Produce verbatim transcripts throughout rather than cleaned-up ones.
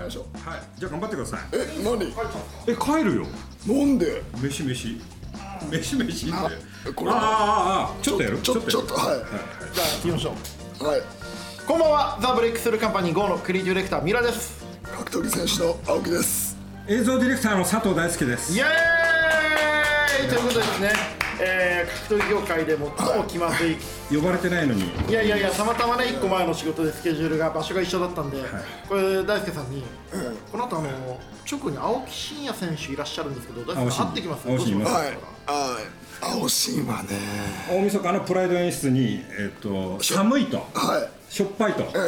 ましょう。 はい、じゃあ頑張ってください。 え、何？ え、帰るよ。 なんで？ 飯飯飯飯って。 これああああ、ちょっとやる。 ちょっとちょっとはい。 じゃあやってみましょう。 はい。 こんばんは、ザ・ブレイクスルーカンパニー ゴー のクリエイティブディレクターミラです。 格闘技選手の青木です。 映像ディレクターの佐藤大輔です。 イエーイということでですね、えー、格闘技業界で最も気まずい、 呼ばれてないのに。 いやいやいや、たまたまねいっこまえの仕事でスケジュールが場所が一緒だったんで、はい、これ大輔さんに、うん、この後あの直後に青木真也選手いらっしゃるんですけど、大輔さん会ってきます？ 青真います。 はい、あ青真はね、 大晦日のプライド演出に、えっと、寒いと、 はい、 しょっぱいと、うん、はい、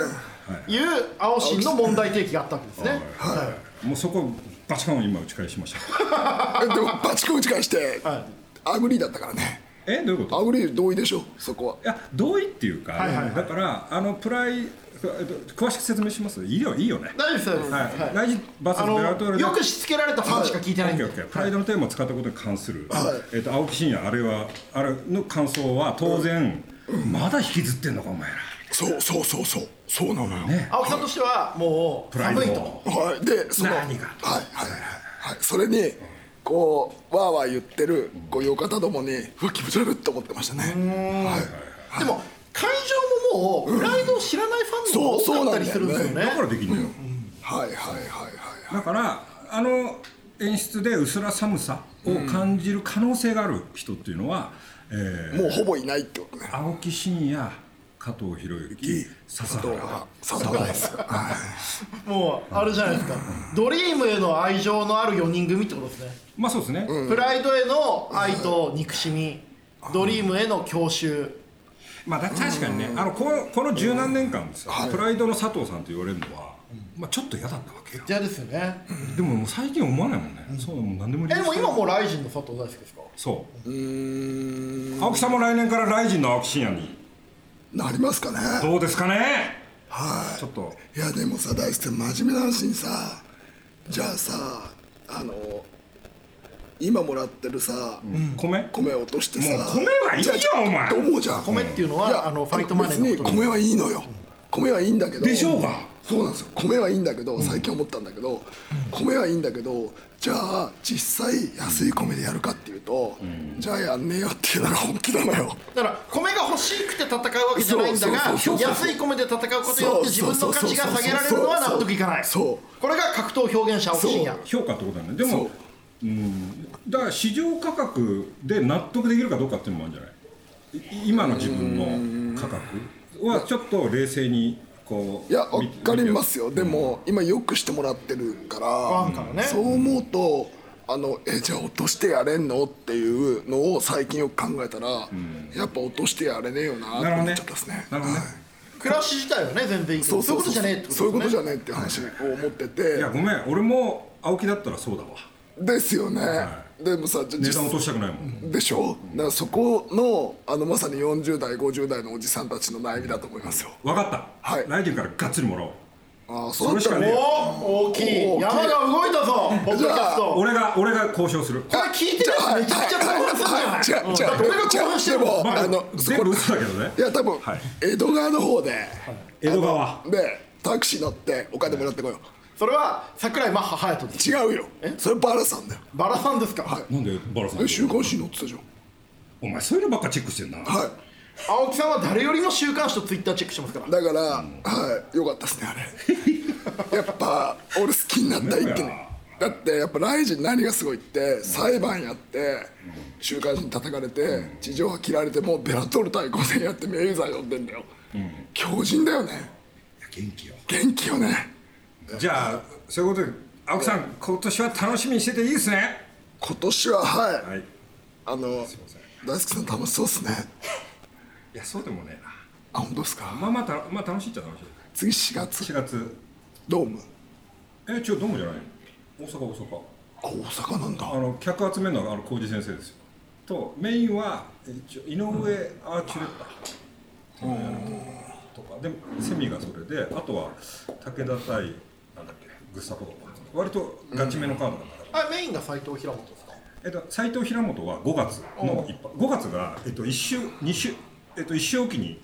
いう青真の問題提起があったわけですね。 はいはい、もうそこバチコンを今打ち返しましたでもバチコン打ち返して、はい、アグリーだったからね。 え、どういうこと？ アグリー同意でしょ、そこは。いや、同意っていうか、はいはいはい、だからあのプライ詳しく説明します。いいよ、いいよね。 大丈夫です。 はい。ライジバーサスベラトールでよくしつけられたファンしか聞いてないんで。 プライドのテーマを使ったことに関する、 はい、 えっと青木真也あれはあれの感想は当然、うん、まだ引きずってんのかお前ら。 そうそうそうそうそうなのよ。 ね、青木さんとしてはもう寒いと。 はい。でその何が。 はいはいはい。それにこうわーわー言ってるこういう方どもにうわ気持ち悪いって思ってましたね。はい。 でも会場ももうプライドを知らないファンも多かったりするんですよね。 だからできるのよ。 はいはいはいはい。 だからあの演出で薄ら寒さを感じる可能性がある人っていうのは、 えー、もうほぼいないってことね。 青木真也、加藤博之、笹原、 佐藤です。 もうあるじゃないですか。ドリームへの愛情のあるよにん組ってことですね。 まあそうですね。 プライドへの愛と憎しみ、ドリームへの郷愁。 まあだ確かにね、あのこのこの十何年間ですよ、プライドの佐藤さんと言われるのは、まあちょっと嫌だったわけよ。 嫌ですよね。 でももう最近思わないもんね。そうもう何でもいい。 えでも今もうライジンの佐藤大輔ですか？ そう。うーん。青木さんも来年からライジンの青木真也になりますかね。 どうですかね。 はい。 ちょっと。 いやでもさ大輔真面目な話にさ、じゃあさあの今もらってるさ、 うん、米米落としてさ、 もう米はいいよお前と思うじゃん。 米っていうのはあのファイトマネーのこと。 別に米はいいのよ。米はいいんだけど。 でしょうか。 そうなんですよ。米はいいんだけど、最近思ったんだけど、うん、米はいいんだけど、じゃあ実際安い米でやるかっていうと、うん、じゃあやんねえよっていうのが本気なのよ。 だから米が欲しくて戦うわけじゃないんだが、安い米で戦うことによって自分の価値が下げられるのは納得いかない。そうこれが格闘表現者青木真也。 評価ってことだね。でも、うん、だから市場価格で納得できるかどうかっていうのもあるんじゃない？今の自分の価格はちょっと冷静にこう。 いや分かりますよ。でも今よくしてもらってるから、ね、そう思うとあのえじゃあ落としてやれんのっていうのを最近よく考えたら、うん、やっぱ落としてやれねえよなって思っちゃったですね。 なるほどね。 暮らし自体はね全然いいけど、そういうことじゃねえってことですね。 そういうことじゃねえっていう話を思ってて。 いやごめん、俺も青木だったらそうだわ。 ですよね。 はい、 でもさ値段落としたくないもん。 でしょ。だからそこのあのまさによんじゅう代ごじゅう代のおじさんたちの悩みだと思いますよ。 分かった。はい。来年からがっつりもらおう。 ああそれしかねえ。 お大きい。山が動いたぞ。 じゃあ俺が俺が交渉する。 これ聞いてるやつめちゃくちゃ興奮するじゃん。 じゃあじゃあ俺が興奮してもあの全部嘘だけどね。 いや多分江戸川の方で江戸川でタクシー乗ってお金もらってこよう。 それは桜井マッハ隼人です。 違うよ。それバラさんだよ。 バラさんですか。 はい。 なんでバラさん？ え週刊誌載ってたじゃん。 お前そういうのばっかチェックしてんな。 はい。 青木さんは誰よりも週刊誌とツイッターチェックしてますから。 だから、はいよかったですねあれ。やっぱ俺好きになった一気に。だってやっぱライジン何がすごいって裁判やって週刊誌に叩かれて地上波切られてもベラトル対抗戦やってメイウェザー呼んでんだよ。強靭だよね。 元気よ。 元気よね。 じゃあそういうことで青木さん今年は楽しみにしてていいですね。 今年ははい、 はい、 あの大輔さん楽しそうですね。 いやそうでもねえな。 あ本当ですか。 まあまあたまあ楽しいっちゃ楽しい。 次しがつしがつドーム。 え違うドームじゃない大阪大阪。 あ大阪なんだ。 あの客集めるのはあの浩二先生ですよ。とメインは一応井上アーチュレッター、うん、とかでセミがそれであとは武田対なんだっけグッサポとか割とガチめのカードだから、 うん、あメインが斉藤平本ですか。 えっと斉藤平本はごがつの一発ごがつがえっといっ週に週えっといっ週おきに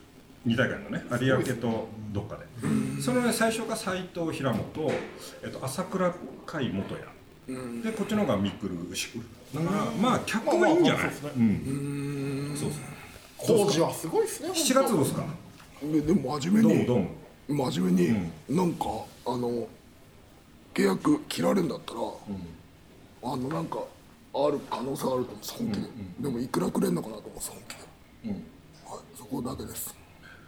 に大会のね有明とどっかで、その、ね、最初が斎藤平本、えっと、朝倉海元也で、こっちの方がミクル牛久だから、まあ客はいいんじゃない。そうそう工事はすごいですね。 しちがつどうですか。 でも真面目にどうもどうも真面目に、うん、なんかあの契約切られるんだったら、うん、あのなんかある可能性あると思う本気で、うんうん、でもいくらくれんのかなと思う本気で、うんはい、そこだけです。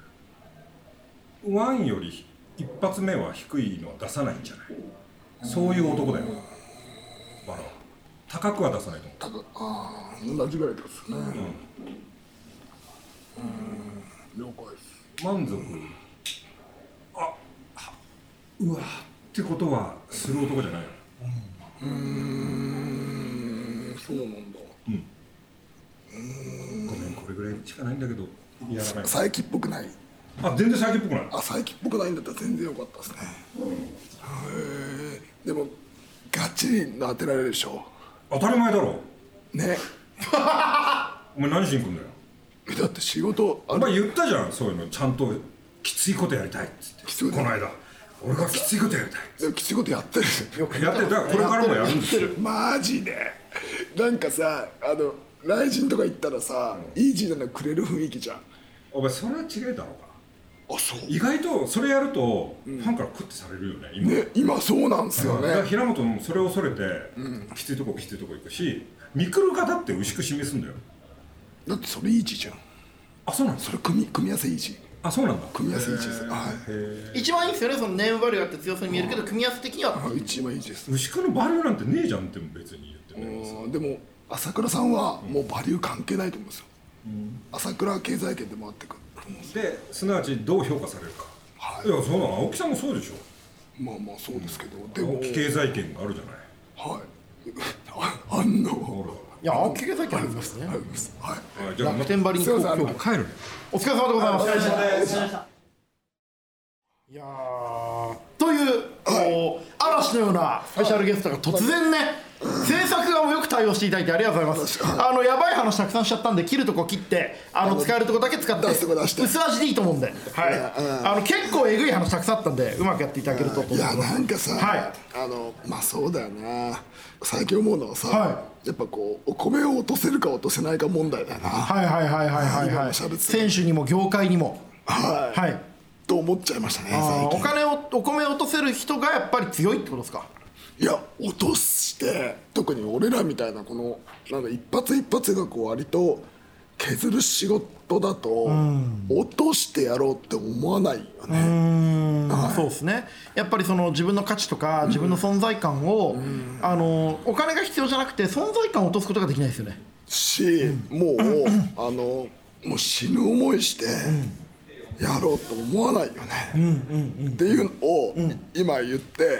ワンより一発目は低いのは出さないんじゃない。そういう男だよバラは。高くは出さないと思う。 高ああ同じぐらいですね。うん、うん了解です。 満足。あうわってことはする男じゃないよ。 うーんそうなんだ。うん。 ごめんこれぐらいしかないんだけどやらない。 佐伯っぽくない。 あ全然佐伯っぽくない。 あ佐伯っぽくないんだったら全然良かったですね。うん、へえでもガチリ当てられるでしょ。 当たり前だろ。ね。お前何しに来んだよ。 だって仕事お前言ったじゃんそういうのちゃんときついことやりたいっつってこの間俺がきついことやりたいっつってきついことやってるよくやってるだからこれからもやるんですよマジでなんかさあの雷神とか行ったらさ、うん、イージーなのくれる雰囲気じゃん。 お前それは違いだろうか。 あそう意外とそれやると、うん、ファンからクッてされるよね今ね今そうなんですよね。 だから平本もそれを恐れて、うん、きついとこきついとこ行くしミクルがだって牛久示すんだよ。 だってそれイージーじゃん。 あそうなんですそれ組み組み合わせイージー。 あそうなんだ。 組み合わせイージーです。はい。一番いいですよねそのネームバリューがあって強そうに見えるけど組み合わせ的には一番イージーです。 牛久のバリューなんてねえじゃんって別に言ってね。でも朝倉さんはもうバリュー関係ないと思うんですよ。うん、朝倉経済圏で回ってくる。 ですなわちどう評価されるか。はい。いやそうなの青木さんもそうでしょ。 まあまあそうですけど、うん、 でも青木経済圏があるじゃない。 はい。あんの。 いや青木経済圏ありますね。 あります。はい。 じゃあ楽天バリに今日帰るね。 お疲れ様でございます。お疲れ様でした。いやという、はい、嵐のようなスペシャルゲストが突然ね、制作側もよく対応していただいてありがとうございます。あのやばい話たくさんしちゃったんで切るとこ切ってあの使えるとこだけ使って薄味でいいと思うんで、はい、あの結構えぐい話たくさんあったんでうまくやっていただけると思います。 いやなんかさ、はい、あのまあそうだよな最近思うのはさ、はい、やっぱこうお米を落とせるか落とせないか問題だよな。 はいはいはいはいはいはい選手にも業界にもはい、はいと思っちゃいましたね。最近お金をお米を落とせる人がやっぱり強いってことですか。 いや落として特に俺らみたいなこのなんか一発一発がこう割と削る仕事だと、うん、落としてやろうって思わないよね。うん、はい、そうですね。やっぱりその自分の価値とか自分の存在感を、うん、あのお金が必要じゃなくて存在感を落とすことができないですよね。 し、うん、もう、うん、あのもう死ぬ思いして、うんやろうと思わないよね、うんうんうん、っていうのを今言って、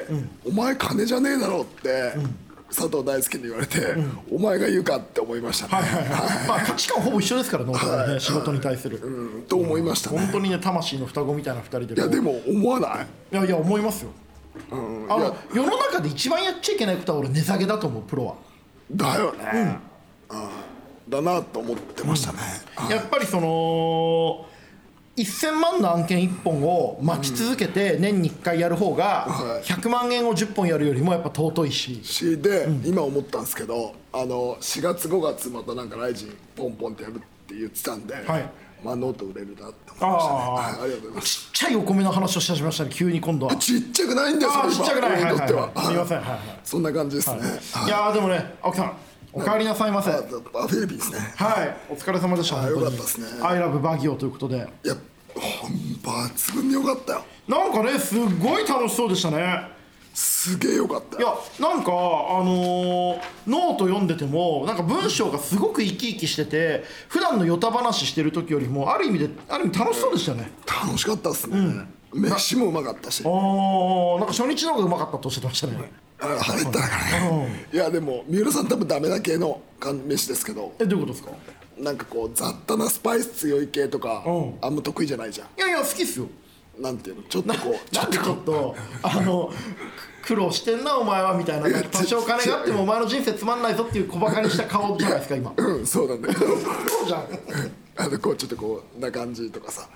うん、お前金じゃねえだろって、うん、佐藤大輔に言われて、うん、お前が言うかって思いましたね。はいはいはい、まあ価値観ほぼ一緒ですからね、はいね、仕事に対する、 うん、と思いましたね。 本当にね魂の双子みたいなふたりで。 いやでも思わない。 いやいや思いますよ、うん、あの世の中で一番やっちゃいけないことは俺値下げだと思うプロは。 だよね、うん、あだなと思ってましたね、 うん、やっぱりそのせんまんの案件いっぽんを待ち続けて年にいっかいやる方がひゃくまんえんをじゅっぽんやるよりもやっぱ尊いししで、うん、今思ったんですけどあのしがつごがつまたなんかライジンポンポンってやるって言ってたんで、はい、まあノート売れるなって思いましたね。あ、はい、ありがとうございます。 ちっちゃいお米の話をし始めましたね急に今度は。 ちっちゃくないんだよそれ。 ちっちゃくない、はいはいはい、すみません、はいはい、 そんな感じですね、はいはい、いやでもね青木さんお帰りなさいませ。 あフェルビーですね。 はいお疲れ様でした。 よかったですね。 アイラブバギオということでいや抜群に良かったよ。 なんかねすごい楽しそうでしたね。 すげえ良かったよ。いやなんかあのー、ノート読んでてもなんか文章がすごく生き生きしてて普段のヨタ話してる時よりもある意味である意味楽しそうでしたね。 楽しかったっすね、うん、飯もうまかったしああなんか初日の方がうまかったとおっしゃってましたね。 あ腹減ったからね、うん、いやでも三浦さん多分ダメだ系の飯ですけど。 えどういうことですか。 なんかこう雑多なスパイス強い系とか、うん、あんま得意じゃないじゃん。 いやいや好きっすよ。 なんていうのちょっとこうちょっとちょっとあの苦労してんなお前はみたいな多少金があってもお前の人生つまんないぞっていう小バカにした顔じゃないですか今。 うんそうなんだけどそうじゃんあのこうちょっとこうな感じとかさ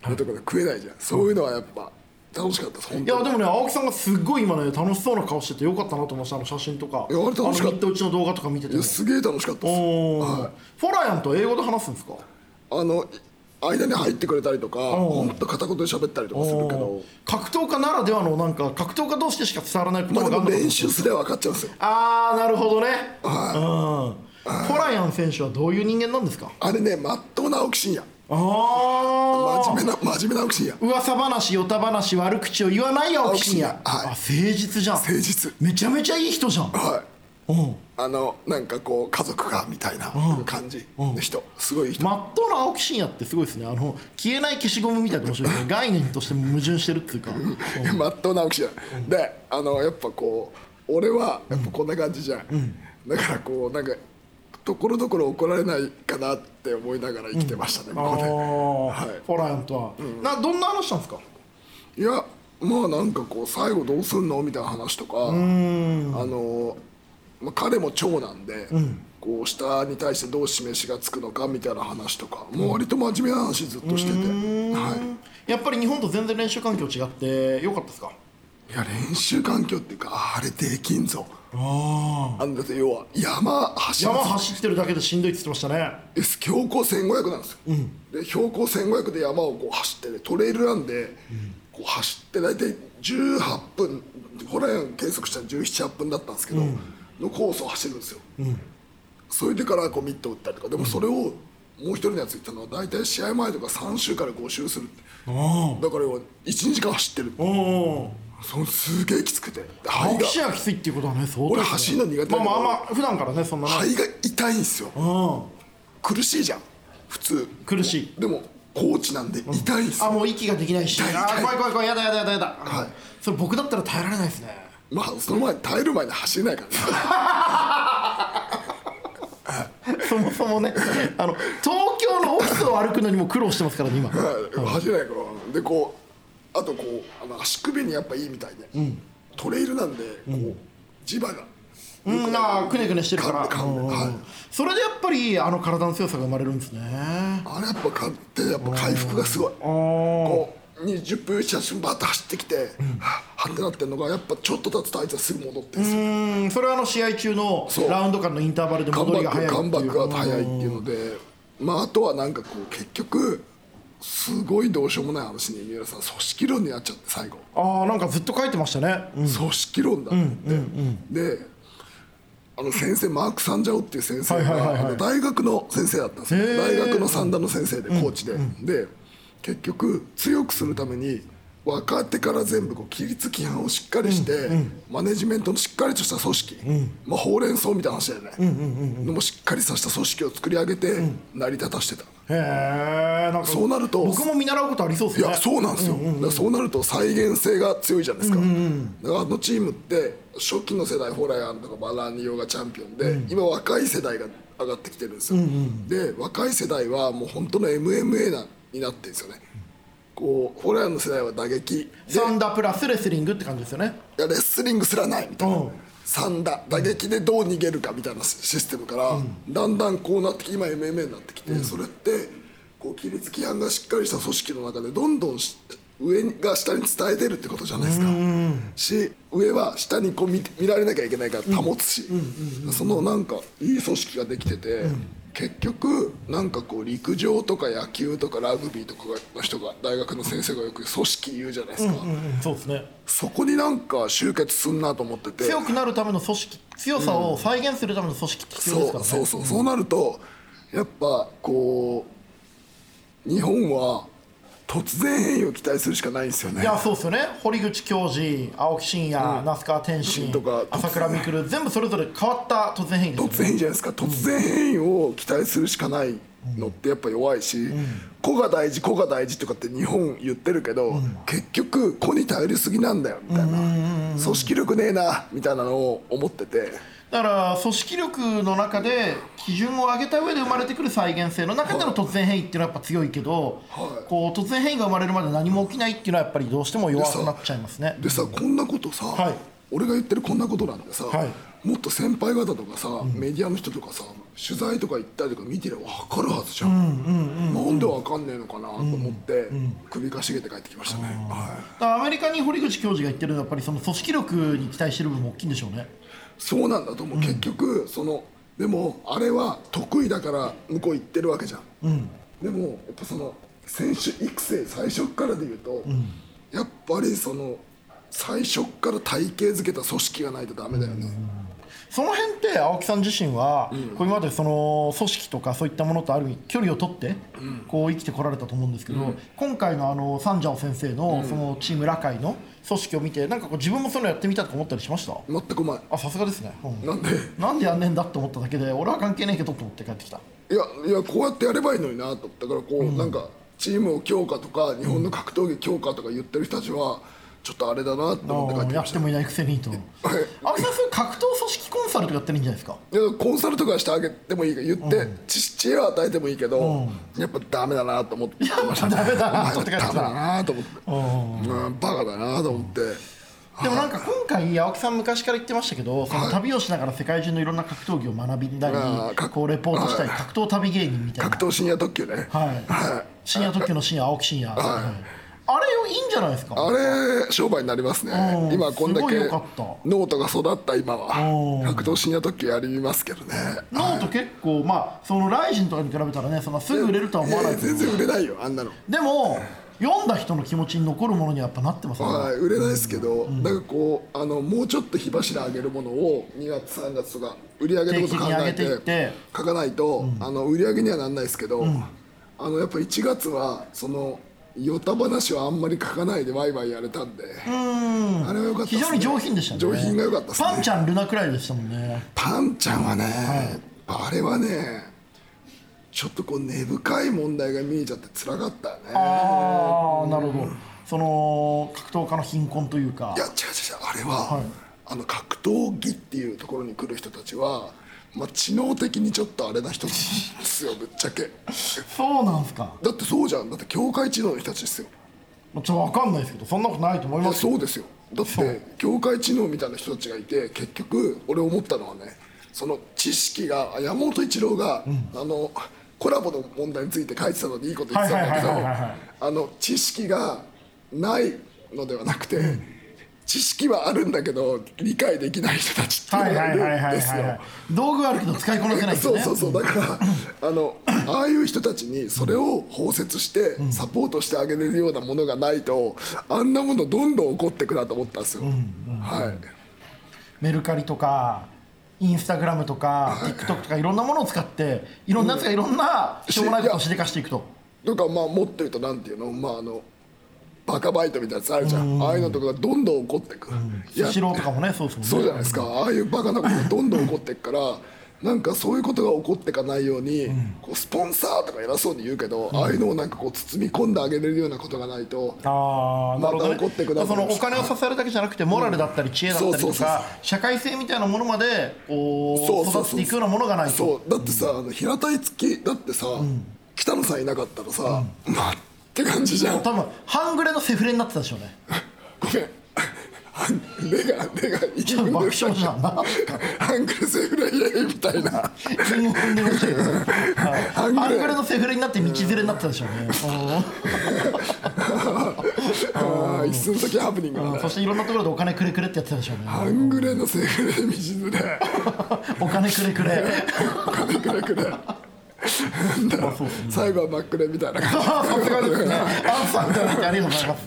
のところで食えないじゃん、そういうのはやっぱ楽しかったです本当に。 いやでもね青木さんがすっごい今ね楽しそうな顔しててよかったなと思いました。あの写真とかいやあれ楽しかった。 あのミット打ちの動画とか見ててもいやすげえ楽しかったです。 はい、フォラヤンと英語で話すんですか？ あの間に入ってくれたりとかほんと片言で喋ったりとかするけど、 格闘家ならではのなんか格闘家同士でしか伝わらない言葉があるのかと思って。 まあでも練習すれば分かっちゃうんですよ。 ああなるほどね、 はうん、フォラヤン選手はどういう人間なんですか？ あれねまっとうな青木真也、 あ真面目な真面目な青木真也、 噂話よた話悪口を言わない青木真也、 青木真也はいあ誠実じゃん、 誠実、 めちゃめちゃいい人じゃん。 はいうんあのなんかこう家族がみたいな感じの人、すごいいい人。 まっとうな青木真也ってすごいですね。あの消えない消しゴムみたいで面白いですね。概念としても矛盾してるっていうかいやまっとうな青木真也、であのやっぱこう俺はやっぱこんな感じじゃん、だからこうなんかところどころ怒られないかなって思いながら生きてましたね、ここで。 あーはいフォラヤンとは、などんな話したんですか？ いやまあなんかこう最後どうすんのみたいな話とか、あの、まあ、彼も長男で、こう下に対してどう示しがつくのかみたいな話とか、もう割と真面目な話ずっとしてて、はやっぱり日本と全然練習環境違ってよかったですか？ い、いや練習環境っていうかあれできんぞ。 ああのだって要は山走る山走ってるだけでしんどいって言ってましたね。 え標高せんごひゃくなんですよ、で標高せんごひゃくで山をこう走って、ね、トレイルランでこう走って大体じゅうはっぷん、ホラヤン計測したらじゅうなな、はっぷんだったんですけど、のコースを走るんですよ、それでからこうミット打ったりとか、でもそれをもう一人のやつ言ったのは大体試合前とかさん週からご週するって、だから要はいち、にじかん走ってる、そのすげえきつくて青木真也がきついっていうことはね相当ですね。 俺走るの苦手だけどまあまああんま普段からねそんなね肺が痛いんですよ、苦しいじゃん普通、 苦しい。 でもコーチなんで痛いんですよ、 あもう息ができないし、 痛い痛いあー怖い怖い怖いやだやだやだやだ、 はいそれ僕だったら耐えられないですね。 まあその前に耐える前に走れないからねそもそもねあの東京のオフィスを歩くのにも苦労してますからね今。 はい走れないからでこうあとこうあの足首にやっぱいいみたいで、トレイルなんでこう磁場がうんなくねくねしてるから、 噛んで噛んでうんはいそれでやっぱりあの体の強さが生まれるんですね。 あれやっぱ買ってやっぱ回復がすごい、 あーこうにじゅっぷんよりしバッと走ってきて、はっってなってるのがやっぱちょっと経つとあいつはすぐ戻ってるんですよ。 うんそれはあの試合中のそうラウンド間のインターバルでカンバ戻りが早いっていうックカンバックが早いっていうので、まああとはなんかこう結局すごいどうしようもない話に三浦さん組織論になっちゃって最後、 ああなんかずっと書いてましたね、うん組織論だって言って、であの先生マーク・サンジャオっていう先生はいはいはいはいがあの大学の先生だったんですよ。 へー大学の三段の先生でコーチで、で結局強くするために若手から全部こう規律規範をしっかりして、マネジメントのしっかりとした組織、まあ、ほうれん草みたいな話だよね、でもしっかりさせた組織を作り上げて成り立たしてた、 へえなんかそうなると僕も見習うことありそうですね。 いやそうなんですよ、だからそうなると再現性が強いじゃないですか、だからあのチームって初期の世代ホラヤンとかバラニオがチャンピオンで、今若い世代が上がってきてるんですよ、で若い世代はもう本当の エムエムエー なになってるんですよね。こうホラヤンの世代は打撃でサンダプラスレスリングって感じですよね。 いやレスリングすらないみたいな、 うん三打打撃でどう逃げるかみたいなシステムから、だんだんこうなってきて今 エムエムエー になってきて、それってこう規律規範がしっかりした組織の中でどんどんし上が下に伝えてるってことじゃないですか、し上は下にこう 見, 見られなきゃいけないから保つし、そのなんかいい組織ができてて、結局なんかこう陸上とか野球とかラグビーとかの人が大学の先生がよく組織言うじゃないですか、 うんうんそうですね。 そこになんか集結すんなと思ってて、 強くなるための組織強さを再現するための組織って必要ですからね。 そうそうそう、うん、そうなるとやっぱこう日本は突然変異を期待するしかないんですよね。 いやそうですよね。堀口教授、青木真也、うん、那須川天心とか朝倉未来全部それぞれ変わった突然変異ですよね。 突然変異じゃないですか。突然変異を期待するしかないのってやっぱ弱いし、うん、個が大事個が大事とかって日本言ってるけど、うん、結局個に頼りすぎなんだよみたいな、組織力ねえなみたいなのを思ってて。 だから組織力の中で基準を上げた上で生まれてくる再現性の中での突然変異っていうのはやっぱ強いけど、はい、こう突然変異が生まれるまで何も起きないっていうのはやっぱりどうしても弱くなっちゃいますね。 でさ、でさこんなことさ、はい、俺が言ってるこんなことなんでさ、はい、もっと先輩方とかさ、うん、メディアの人とかさ取材とか行ったりとか見てれば分かるはずじゃん、うんうんうん、なんで分かんねえのかなと思って、うんうん、首かしげて帰ってきましたね、はい、 だからアメリカに堀口教授が言ってるのはやっぱりその組織力に期待してる部分も大きいんでしょうね。 そうなんだと思う、うん、結局そのでもあれは得意だから向こう行ってるわけじゃん、うん、でもやっぱその選手育成最初からでいうと、うん、やっぱりその最初から体系づけた組織がないとダメだよね、うん、 その辺って青木さん自身は、うん、これまでその組織とかそういったものとある意味距離を取って、うん、こう生きてこられたと思うんですけど、うん、今回のあのサンジャオ先生のそのチームラカイの組織を見てなんかこう自分もそういうのやってみたいとか思ったりしました？ 全くない。 あ、さすがですね、うん、 なんでなんでやんねんだって思っただけで俺は関係ねえけどと思って帰ってきた。 いやいやこうやってやればいいのになと思ったからこう、うん、なんかチームを強化とか日本の格闘技強化とか言ってる人たちはちょっとあれだなって思って帰ってきました。 やってもいないくせにと青木さんそういう格闘組織コンサルとかやってるんじゃないですか？ いやコンサルとかしてあげてもいいけど言って、うん、知恵を与えてもいいけど、うん、やっぱダメだなと思ってましたね。 ダメだなと思って帰ってきた。 ダメだなと思って、うん、バカだなと思って、うんでもなんか今回青木さん昔から言ってましたけどその旅をしながら世界中のいろんな格闘技を学びんだりこうレポートしたり格闘旅芸人みたいな格闘深夜特急ね、 はいはい、深夜特急の深夜青木深夜、はいはい、あれいいんじゃないですか？ あれ商売になりますね。今こんだけノートが育った今は格闘深夜特急やりますけどね。 ノート結構まあそのライジンとかに比べたらねそのすぐ売れるとは思わないけど、 全然売れないよあんなの。 でも読んだ人の気持ちに残るものにはやっぱなってますね。 はい、売れないですけど、うん、なんかこうあのもうちょっと火柱上げるものをにがつさんがつとか売り上げのこと考えて書かないと、うん、あの売り上げにはならないですけど、うん、あのやっぱいちがつはそのヨタ話はあんまり書かないでワイワイやれたんで、うんあれは良かったですね。 非常に上品でしたね。 上品が良かったですね。 パンちゃんルナくらいでしたもんね。 パンちゃんはね、はい、あれはねちょっとこう根深い問題が見えちゃって辛かったよね。 ああなるほど、うん、その格闘家の貧困というか。 いや違う違う違うあれは、はい、あの格闘技っていうところに来る人たちは、まあ、知能的にちょっとあれな人ですよぶっちゃけそうなんすか？ だってそうじゃん。だって境界知能の人たちですよ。 ちょっと分かんないですけどそんなことないと思いますよ。 いやそうですよ。だって境界知能みたいな人たちがいて結局俺思ったのはねその知識が山本一郎が、うん、あのコラボの問題について書いてたのでいいこと言ってたんだけどあの知識がないのではなくて、うん、知識はあるんだけど理解できない人たちっていうのがいるんですよ。 道具はあるけど使いこなせないんですね。 そうそうそうだからあのああいう人たちにそれを包摂してサポートしてあげれるようなものがないとあんなものどんどん起こってくなと思ったんですよ、うんうんはい、 メルカリとかインスタグラムとか TikTok とかいろんなものを使っていろんなやつがいろんなしょうもないことをしでかしていくと。 なんかまあもっと言うとなんていうのまああのバカバイトみたいなやつあるじゃん。ああいうのとかがどんどん起こっていく。 スシローとかもねそうですもんね。 そうじゃないですか。ああいうバカなことがどんどん起こっていくからなんかそういうことが起こっていかないように、うん、こうスポンサーとか偉そうに言うけど、うん、ああいうのをなんかこう包み込んであげれるようなことがないとあまた起こっていくなと思います。そのお金を支えるだけじゃなくてモラルだったり知恵だったりとか社会性みたいなものまでこう育っていくようなものがないと。 そうだってさ、うん、あの平たい月だってさ、うん、北野さんいなかったらさ、うん、まあって感じじゃん。 多分半グレのセフレになってたでしょうねごめんレがレが生き踏んでる爆笑じゃんなハングレセフレイエイみたいな韻を踏んでましたけど、はい、ハングレのセフレになって道連れになってたでしょうねああ一寸先ハプニングだね。 そしていろんなところでお金くれくれってやってたでしょうね。 ハングレのセフレ道連れお金くれくれお金くれくれなんだろう、ね、最後は真っ暗みたいな感じ。 さすがですね。アンさんいただいてありがとうございます。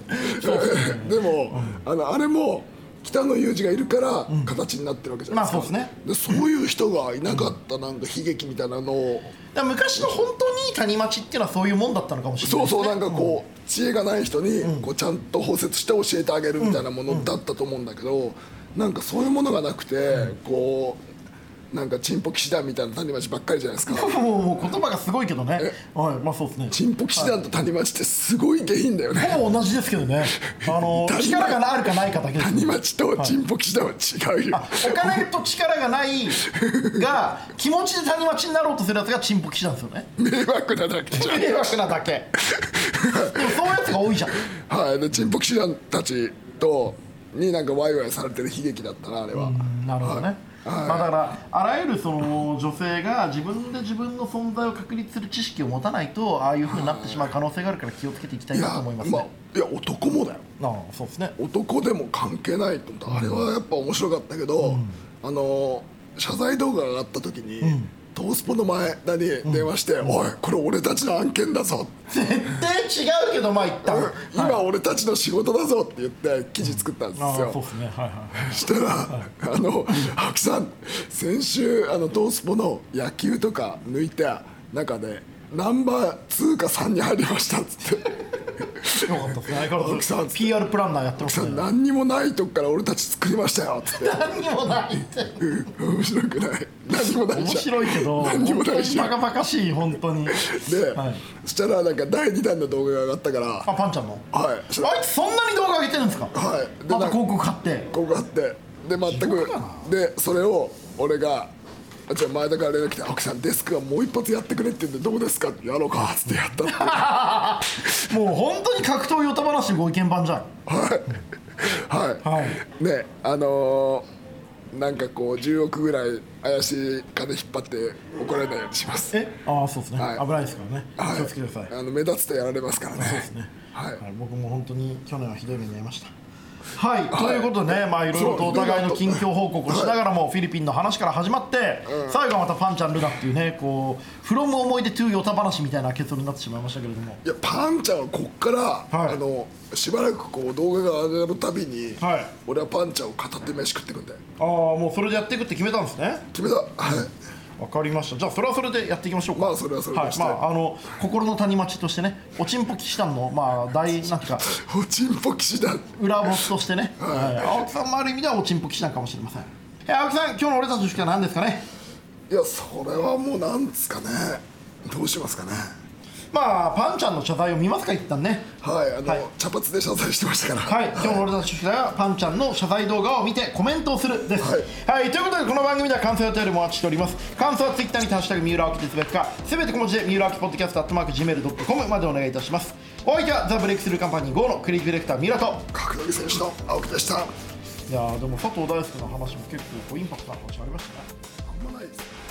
でも、うん、あのあれも北野裕二がいるから形になってるわけじゃないですか。 うんまあそうですね。 でそういう人がいなかったなんか悲劇みたいなのを。 だ昔の本当にいい谷町っていうのはそういうもんだったのかもしれないですね。 そうそうなんかこう、うん、知恵がない人にこうちゃんと包摂して教えてあげるみたいなものだったと思うんだけど、なんかそういうものがなくてこう。なんかチンポ騎士団みたいな谷町ばっかりじゃないですか。 もう言葉がすごいけどね。はい、まあそうですね。 チンポ騎士団と谷町ってすごい下品だよね。 ほぼ同じですけどね。あの力があるかないかだけです。 谷町とチンポ騎士団は違うよ。 はい、お金と力がないが気持ちで谷町になろうとするやつがチンポ騎士団ですよね。 迷惑なだけじゃん。 迷惑なだけ。でもそういうやつが多いじゃん。 はい、でチンポ騎士団たちとになんかワイワイされてる悲劇だったなあれは。 なるほどね。 はいまあだからあらゆるその女性が自分で自分の存在を確立する知識を持たないとああいう風になってしまう可能性があるから気をつけていきたいなと思いますね。 いや、まあ、いや男もだよ。 ああそうですね。 男でも関係ないと思った。あれはやっぱ面白かったけど、うん、あの謝罪動画が上がった時に、うん、トースポの前田に電話して「うん、おいこれ俺たちの案件だぞ」 絶対違うけどまあ言った、うん、 今、はい、俺たちの仕事だぞって言って記事作ったんですよ、うん、あそうですね、はいはい、 したら、はい、あの青木さん先週あのトースポの野球とか抜いた中でナンバーツーかさんに入りましたっつってよかったですね。相変わらず ピーアール プランナーやってますね。 何にもないとこから俺たち作りましたよっつって何にもないって面白くない。何にもないじゃん。面白いけど何にもないじゃん。 バカバカしい本当に。で、 はい、そしたらなんかだいにだんの動画が上がったから、 あパンちゃんの、 はい、 あいつそんなに動画上げてるんですか。 はい。 でまた広告買って広告買ってで全くでそれを俺がじゃあ前田から連絡来て「青木さんデスクがもう一発やってくれ」って言うんで「どうですか?」って「やろうか」っつってやったってもう本当に格闘ヨタ話ご意見番じゃん。 はいはい、はい、ねあのー、なんかこうじゅうおくぐらい怪しい金引っ張って怒られないようにします。 えああそうですね、はい、危ないですからね、はい、気をつけてください。 あの目立つとやられますからね。 そうですね、 はい、 はい、僕も本当に去年はひどい目に遭いました。はい、はい、ということでね、まあいろいろとお互いの近況報告をしながらも、はい、フィリピンの話から始まって、うん、最後はまたパンちゃんルナっていうねこうフロム思い出トゥーヨタ話みたいな結論になってしまいましたけれども、 いやパンちゃんはこっから、はい、あのしばらくこう動画が上がるたびに、はい、俺はパンちゃんを片手飯食ってくんだよ。 ああもうそれでやっていくって決めたんですね。 決めた。はいわかりました。じゃあそれはそれでやっていきましょうか。 まあそれはそれでして、 はい、まああの心の谷町としてね、おちんぽ騎士団のまあ大なんていうかおちんぽ騎士団裏ボスとしてね、はいはい、青木さんもある意味ではおちんぽ騎士団かもしれません。え青木さん今日の俺たちの宿題は何ですかね。 いやそれはもうなんですかね、どうしますかね。 まあパンちゃんの謝罪を見ますか一旦ね。 はいあの、はい、茶髪で謝罪してましたからはい今日の俺たちの宿題はパンちゃんの謝罪動画を見てコメントをするです。はい、はい、ということでこの番組では感想やお便りもお待ちしております。感想はツイッターにハッシュタグ三浦青木でつぶやくかすべて小文字で三浦青木ポッドキャストアットマーク ジーメールドットコム までお願いいたします。お相手はザ・ブレイクスルーカンパニー ゴー のクリエイティブディレクター三浦と格闘技選手の青木でした。いやでも佐藤大輔の話も結構インパクトの話ありましたね。 あんまないです。